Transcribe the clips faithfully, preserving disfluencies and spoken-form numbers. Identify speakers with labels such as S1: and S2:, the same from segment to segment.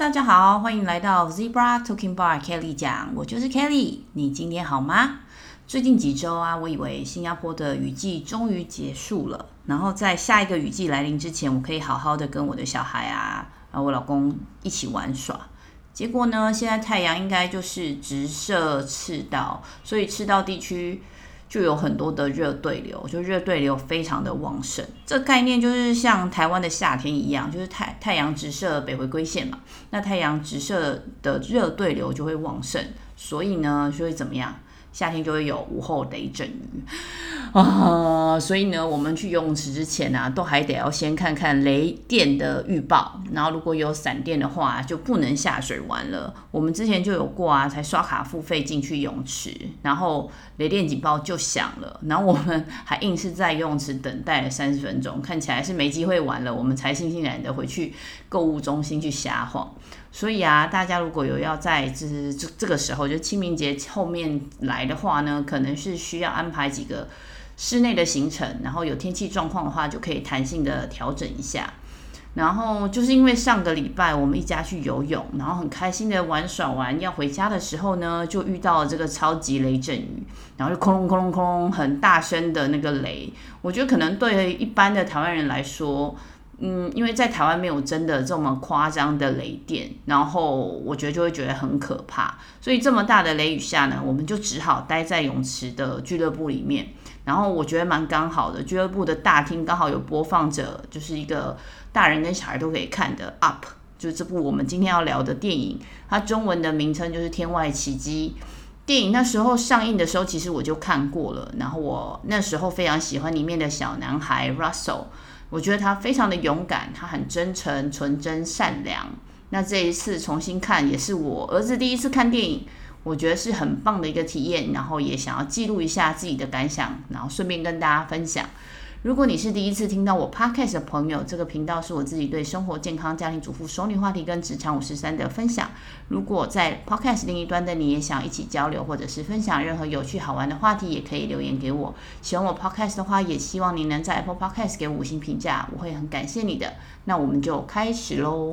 S1: 大家好，欢迎来到 Zebra Talking Bar Kelly 讲，我就是 Kelly。你今天好吗？最近几周啊，我以为新加坡的雨季终于结束了，然后在下一个雨季来临之前，我可以好好的跟我的小孩啊，啊我老公一起玩耍。结果呢，现在太阳应该就是直射赤道，所以赤道地区就有很多的热对流，就热对流非常的旺盛。这概念就是像台湾的夏天一样，就是太太阳直射北回归线嘛，那太阳直射的热对流就会旺盛，所以呢就会怎么样？夏天就会有午后雷阵雨啊，所以呢，我们去游泳池之前啊，都还得要先看看雷电的预报，然后如果有闪电的话，就不能下水玩了。我们之前就有过啊，才刷卡付费进去泳池，然后雷电警报就响了，然后我们还硬是在游泳池等待了三十分钟，看起来是没机会玩了，我们才悻悻然的回去购物中心去瞎晃。所以啊，大家如果有要在这这这个时候，就清明节后面来的话呢，可能是需要安排几个室内的行程，然后有天气状况的话，就可以弹性的调整一下。然后就是因为上个礼拜我们一家去游泳，然后很开心的玩耍完，要回家的时候呢，就遇到了这个超级雷阵雨，然后就空隆空隆空隆很大声的那个雷。我觉得可能对一般的台湾人来说，嗯，因为在台湾没有真的这么夸张的雷电，然后我觉得就会觉得很可怕，所以这么大的雷雨下呢，我们就只好待在泳池的俱乐部里面。然后我觉得蛮刚好的，俱乐部的大厅刚好有播放着，就是一个大人跟小孩都可以看的 Up， 就是这部我们今天要聊的电影，它中文的名称就是《天外奇迹》。电影那时候上映的时候，其实我就看过了，然后我那时候非常喜欢里面的小男孩 Russell。我觉得他非常的勇敢，他很真诚、纯真、善良。那这一次重新看，也是我儿子第一次看电影，我觉得是很棒的一个体验。然后也想要记录一下自己的感想，然后顺便跟大家分享。如果你是第一次听到我 podcast 的朋友，这个频道是我自己对生活、健康、家庭主妇、熟女话题跟职场五十三的分享。如果在 podcast 另一端的你也想一起交流，或者是分享任何有趣好玩的话题，也可以留言给我。喜欢我 podcast 的话，也希望你能在 Apple Podcast 给我五星评价，我会很感谢你的。那我们就开始咯。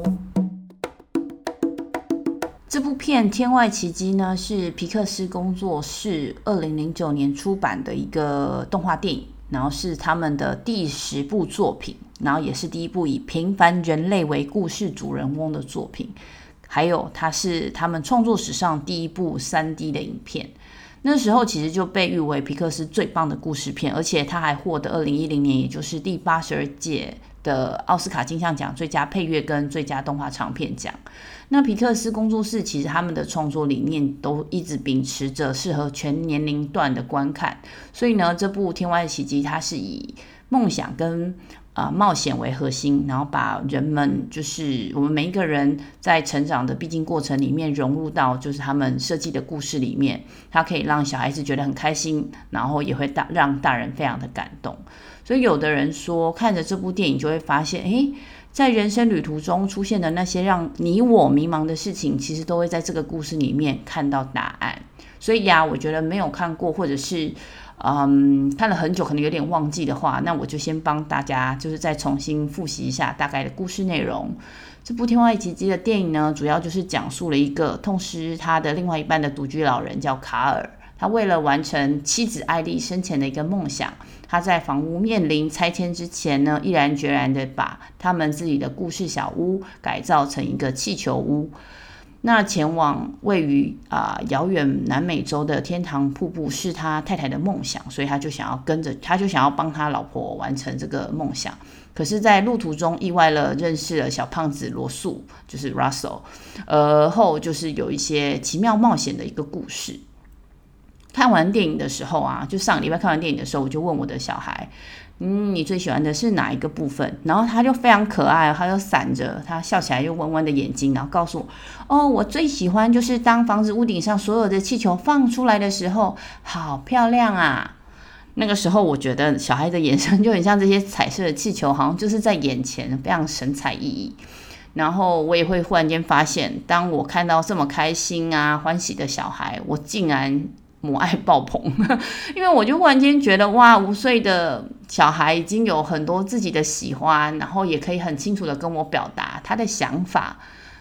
S1: 这部片《天外奇迹》呢，是皮克斯工作室二零零九年出版的一个动画电影。然后是他们的第十部作品，然后也是第一部以平凡人类为故事主人翁的作品，还有它是他们创作史上第一部 三 D 的影片。那时候其实就被誉为皮克斯最棒的故事片，而且他还获得二零一零年，也就是第八十二届的奥斯卡金像奖最佳配乐跟最佳动画长片奖。那皮克斯工作室其实他们的创作理念都一直秉持着适合全年龄段的观看，所以呢，这部《天外奇迹》它是以梦想跟呃冒险为核心，然后把人们就是我们每一个人在成长的必经过程里面融入到就是他们设计的故事里面，它可以让小孩子觉得很开心，然后也会大让大人非常的感动。所以有的人说看着这部电影就会发现，诶在人生旅途中出现的那些让你我迷茫的事情，其实都会在这个故事里面看到答案。所以呀、啊，我觉得没有看过或者是嗯看了很久可能有点忘记的话，那我就先帮大家就是再重新复习一下大概的故事内容。这部《天外奇迹》的电影呢，主要就是讲述了一个痛失他的另外一半的独居老人叫卡尔，他为了完成妻子艾丽生前的一个梦想，他在房屋面临拆迁之前呢，毅然决然的把他们自己的故事小屋改造成一个气球屋。那前往位于啊、呃、遥远南美洲的天堂瀑布是他太太的梦想，所以他就想要跟着，他就想要帮他老婆完成这个梦想。可是，在路途中意外了认识了小胖子罗素，就是 Russell， 而后就是有一些奇妙冒险的一个故事。看完电影的时候啊，就上个礼拜看完电影的时候，我就问我的小孩，嗯，你最喜欢的是哪一个部分？然后他就非常可爱，他就闪着，他笑起来又弯弯的眼睛，然后告诉我，哦，我最喜欢就是当房子屋顶上所有的气球放出来的时候，好漂亮啊！那个时候我觉得小孩的眼神就很像这些彩色的气球，好像就是在眼前，非常神采奕奕。然后我也会忽然间发现，当我看到这么开心啊、欢喜的小孩，我竟然母爱爆棚，因为我就忽然间觉得哇，五岁的小孩已经有很多自己的喜欢，然后也可以很清楚的跟我表达他的想法，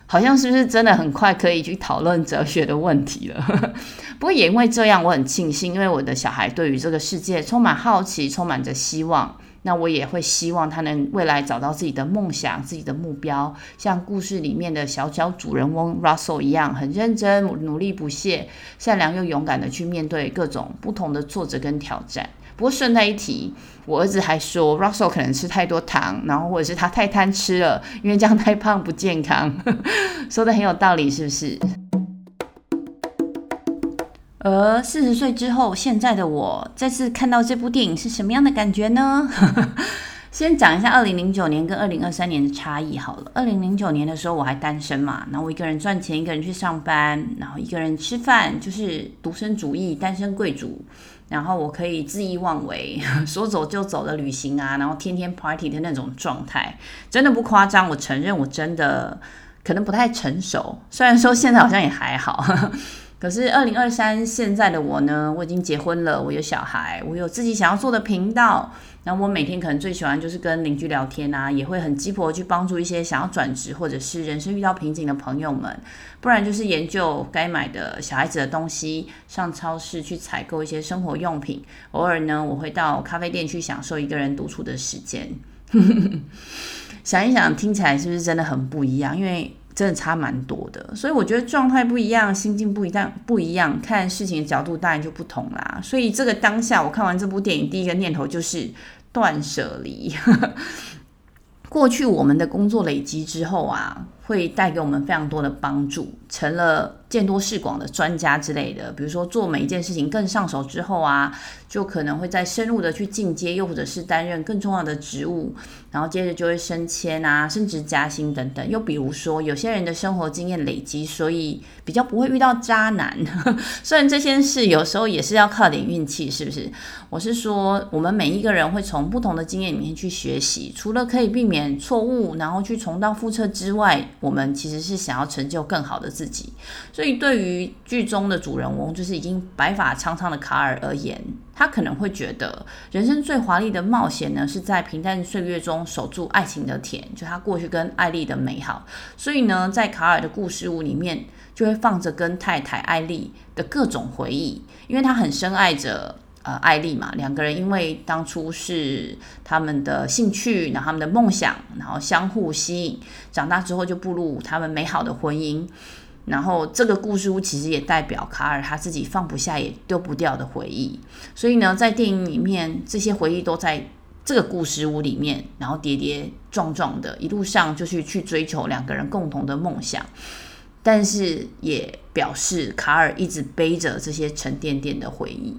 S1: 好像是不是真的很快可以去讨论哲学的问题了？不过也因为这样，我很庆幸，因为我的小孩对于这个世界充满好奇，充满着希望。那我也会希望他能未来找到自己的梦想、自己的目标，像故事里面的小小主人翁 Russell 一样，很认真、努力不懈、善良又勇敢的去面对各种不同的挫折跟挑战。不过顺带一提，我儿子还说 Russell 可能吃太多糖，然后或者是他太贪吃了，因为这样太胖不健康。说的很有道理，是不是？而四十岁之后，现在的我再次看到这部电影是什么样的感觉呢？先讲一下二零零九年跟二零二三年的差异好了。二零零九年的时候我还单身嘛，然后我一个人赚钱，一个人去上班，然后一个人吃饭，就是独身主义、单身贵族。然后我可以恣意妄为，说走就走的旅行啊，然后天天 party 的那种状态，真的不夸张。我承认我真的可能不太成熟，虽然说现在好像也还好。可是二零二三现在的我呢，我已经结婚了，我有小孩，我有自己想要做的频道，然后我每天可能最喜欢就是跟邻居聊天啊，也会很鸡婆去帮助一些想要转职或者是人生遇到瓶颈的朋友们，不然就是研究该买的小孩子的东西，上超市去采购一些生活用品，偶尔呢我会到咖啡店去享受一个人独处的时间。想一想听起来是不是真的很不一样，因为真的差蛮多的，所以我觉得状态不一样，心境不一样，不一样，看事情的角度当然就不同啦。所以这个当下，我看完这部电影，第一个念头就是断舍离。过去我们的工作累积之后啊，会带给我们非常多的帮助，成了见多识广的专家之类的。比如说做每一件事情更上手之后啊，就可能会再深入的去进阶，又或者是担任更重要的职务，然后接着就会升迁啊、升职加薪等等。又比如说有些人的生活经验累积，所以比较不会遇到渣男。虽然这些事有时候也是要靠点运气，是不是？我是说我们每一个人会从不同的经验里面去学习，除了可以避免错误，然后去重蹈覆辙之外，我们其实是想要成就更好的自己。所以对于剧中的主人翁，就是已经白发苍苍的卡尔而言，他可能会觉得人生最华丽的冒险呢，是在平淡岁月中守住爱情的甜，就他过去跟艾丽的美好。所以呢，在卡尔的故事屋里面，就会放着跟太太艾丽的各种回忆，因为他很深爱着呃，艾丽嘛，两个人因为当初是他们的兴趣，然后他们的梦想，然后相互吸引，长大之后就步入他们美好的婚姻。然后这个故事屋其实也代表卡尔他自己放不下也丢不掉的回忆，所以呢，在电影里面这些回忆都在这个故事屋里面，然后跌跌撞撞的一路上就是去追求两个人共同的梦想，但是也表示卡尔一直背着这些沉甸甸的回忆。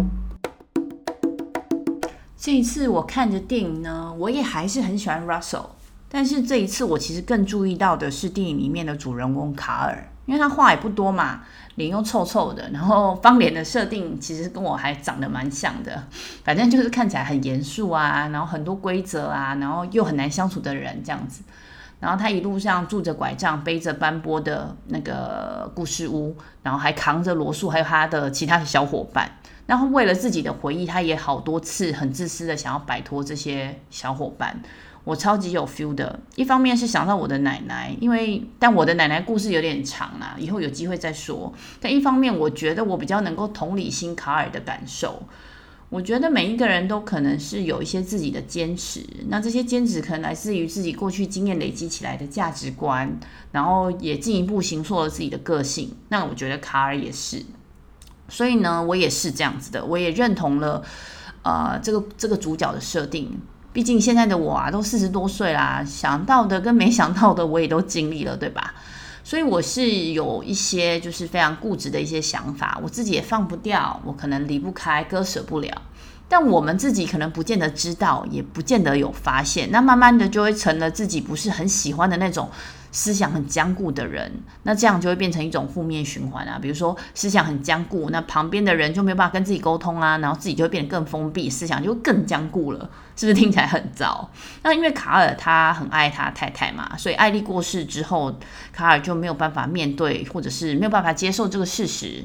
S1: 这一次我看着电影呢，我也还是很喜欢 Russell， 但是这一次我其实更注意到的是电影里面的主人公卡尔，因为他话也不多嘛，脸又臭臭的，然后方脸的设定其实跟我还长得蛮像的，反正就是看起来很严肃啊，然后很多规则啊，然后又很难相处的人这样子。然后他一路上拄着拐杖，背着斑驳的那个故事屋，然后还扛着罗素还有他的其他的小伙伴，然后为了自己的回忆，他也好多次很自私的想要摆脱这些小伙伴。我超级有 feel 的，一方面是想到我的奶奶，因为但我的奶奶故事有点长啊，以后有机会再说。但一方面我觉得我比较能够同理心卡尔的感受，我觉得每一个人都可能是有一些自己的坚持，那这些坚持可能来自于自己过去经验累积起来的价值观，然后也进一步形塑了自己的个性。那我觉得卡尔也是，所以呢，我也是这样子的，我也认同了呃这个这个主角的设定。毕竟现在的我啊，都四十多岁啦，想到的跟没想到的我也都经历了，对吧？所以我是有一些就是非常固执的一些想法，我自己也放不掉，我可能离不开，割舍不了。但我们自己可能不见得知道，也不见得有发现，那慢慢的就会成了自己不是很喜欢的那种思想很僵固的人，那这样就会变成一种负面循环啊。比如说思想很僵固，那旁边的人就没有办法跟自己沟通啊，然后自己就会变得更封闭，思想就会更僵固了，是不是听起来很糟？那因为卡尔他很爱他太太嘛，所以艾丽过世之后，卡尔就没有办法面对，或者是没有办法接受这个事实。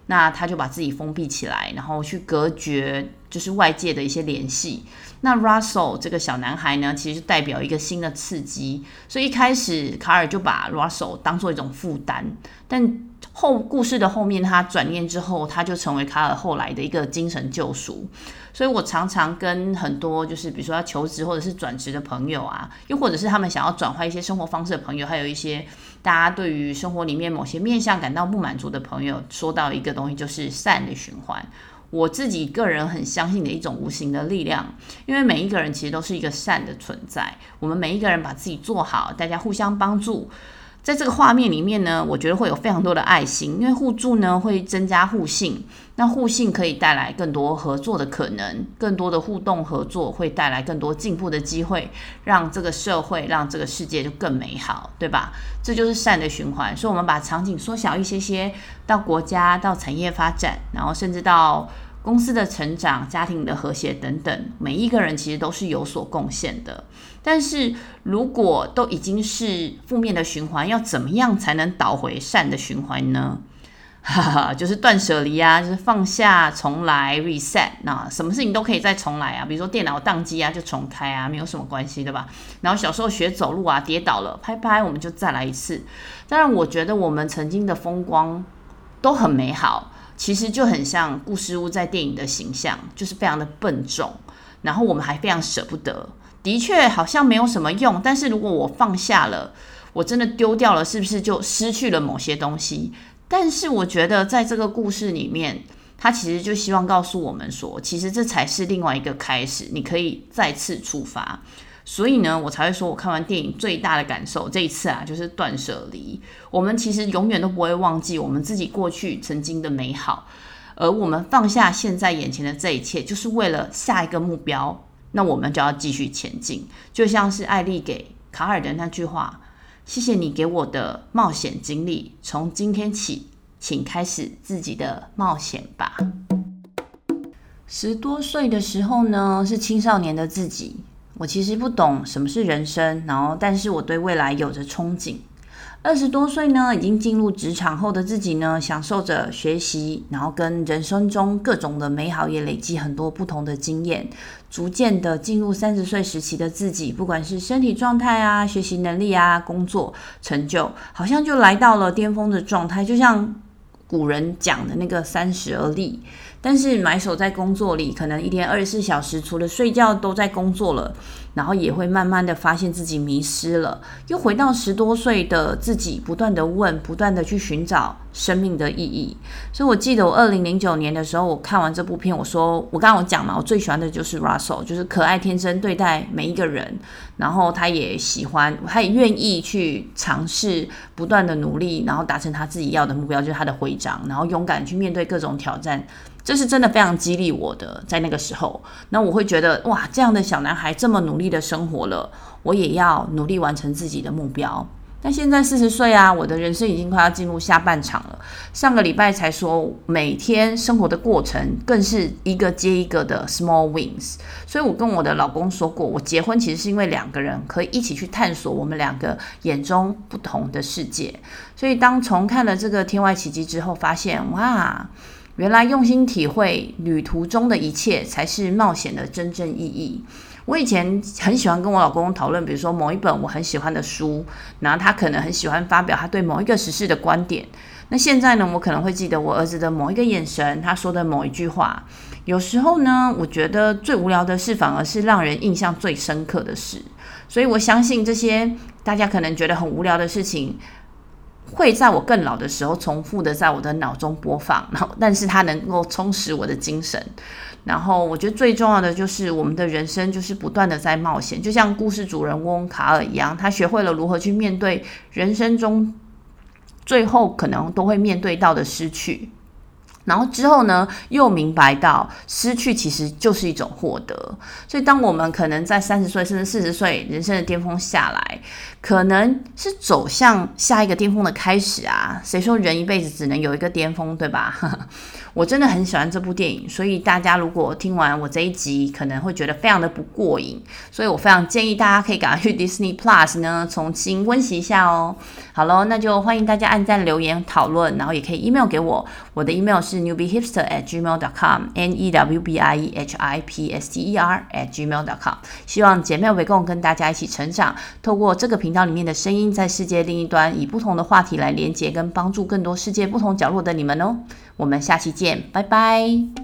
S1: 那他就把自己封闭起来，然后去隔绝就是外界的一些联系。那 Russell 这个小男孩呢，其实就代表一个新的刺激，所以一开始卡尔就把 Russell 当作一种负担，但后故事的后面他转念之后，他就成为卡尔后来的一个精神救赎。所以我常常跟很多就是比如说要求职或者是转职的朋友啊，又或者是他们想要转换一些生活方式的朋友，还有一些大家对于生活里面某些面向感到不满足的朋友，说到一个东西，就是善的循环。我自己个人很相信的一种无形的力量，因为每一个人其实都是一个善的存在，我们每一个人把自己做好，大家互相帮助，在这个画面里面呢，我觉得会有非常多的爱心，因为互助呢会增加互信，那互信可以带来更多合作的可能，更多的互动合作会带来更多进步的机会，让这个社会让这个世界就更美好，对吧？这就是善的循环。所以我们把场景缩小一些些，到国家，到产业发展，然后甚至到公司的成长，家庭的和谐等等，每一个人其实都是有所贡献的。但是如果都已经是负面的循环，要怎么样才能导回善的循环呢？哈哈，就是断舍离啊，就是放下重来 reset， 那什么事情都可以再重来啊，比如说电脑宕机啊就重开啊，没有什么关系，对吧？然后小时候学走路啊，跌倒了拍拍我们就再来一次。当然我觉得我们曾经的风光都很美好，其实就很像顾师屋在电影的形象，就是非常的笨重，然后我们还非常舍不得，的确好像没有什么用，但是如果我放下了，我真的丢掉了，是不是就失去了某些东西？但是我觉得在这个故事里面，他其实就希望告诉我们说，其实这才是另外一个开始，你可以再次出发。所以呢，我才会说我看完电影最大的感受，这一次啊，就是断舍离。我们其实永远都不会忘记我们自己过去曾经的美好，而我们放下现在眼前的这一切，就是为了下一个目标，那我们就要继续前进。就像是艾丽给卡尔的那句话，谢谢你给我的冒险经历，从今天起请开始自己的冒险吧。十多岁的时候呢，是青少年的自己，我其实不懂什么是人生，然后但是我对未来有着憧憬。二十多岁呢，已经进入职场后的自己呢，享受着学习，然后跟人生中各种的美好，也累积很多不同的经验，逐渐的进入三十岁时期的自己，不管是身体状态啊、学习能力啊、工作成就，好像就来到了巅峰的状态，就像古人讲的那个三十而立。但是埋首在工作里，可能一天二十四小时除了睡觉都在工作了，然后也会慢慢的发现自己迷失了，又回到十多岁的自己，不断的问，不断的去寻找生命的意义。所以我记得我二零零九年的时候，我看完这部片，我说我刚刚有讲嘛，我最喜欢的就是 Russell， 就是可爱天真对待每一个人，然后他也喜欢，他也愿意去尝试，不断的努力，然后达成他自己要的目标，就是他的徽章，然后勇敢去面对各种挑战。这是真的非常激励我的，在那个时候，那我会觉得哇，这样的小男孩这么努力的生活了，我也要努力完成自己的目标。但现在四十岁啊，我的人生已经快要进入下半场了。上个礼拜才说，每天生活的过程更是一个接一个的 small wins。所以我跟我的老公说过，我结婚其实是因为两个人可以一起去探索我们两个眼中不同的世界。所以当重看了这个《天外奇迹》之后，发现哇，原来用心体会旅途中的一切才是冒险的真正意义。我以前很喜欢跟我老公讨论，比如说某一本我很喜欢的书，然后他可能很喜欢发表他对某一个时事的观点。那现在呢，我可能会记得我儿子的某一个眼神，他说的某一句话。有时候呢，我觉得最无聊的事反而是让人印象最深刻的事。所以我相信这些大家可能觉得很无聊的事情，会在我更老的时候重复的在我的脑中播放，然后但是它能够充实我的精神。然后我觉得最重要的就是我们的人生就是不断的在冒险，就像故事主人翁卡尔一样，他学会了如何去面对人生中最后可能都会面对到的失去，然后之后呢，又明白到失去其实就是一种获得。所以当我们可能在三十岁甚至四十岁人生的巅峰下来，可能是走向下一个巅峰的开始啊。谁说人一辈子只能有一个巅峰，对吧？ 我真的很喜欢这部电影，所以大家如果听完我这一集可能会觉得非常的不过瘾，所以我非常建议大家可以赶快去 Disney Plus 呢重新温习一下哦。好咯，那就欢迎大家按赞留言讨论，然后也可以 email 给我，我的 email 是 newbiehipster at gmail dot com n e w b i e h i p s t e r at gmail dot com。 希望姐妹围共跟大家一起成长，透过这个频道里面的声音，在世界另一端以不同的话题来连接跟帮助更多世界不同角落的你们哦。我们下期见，拜拜。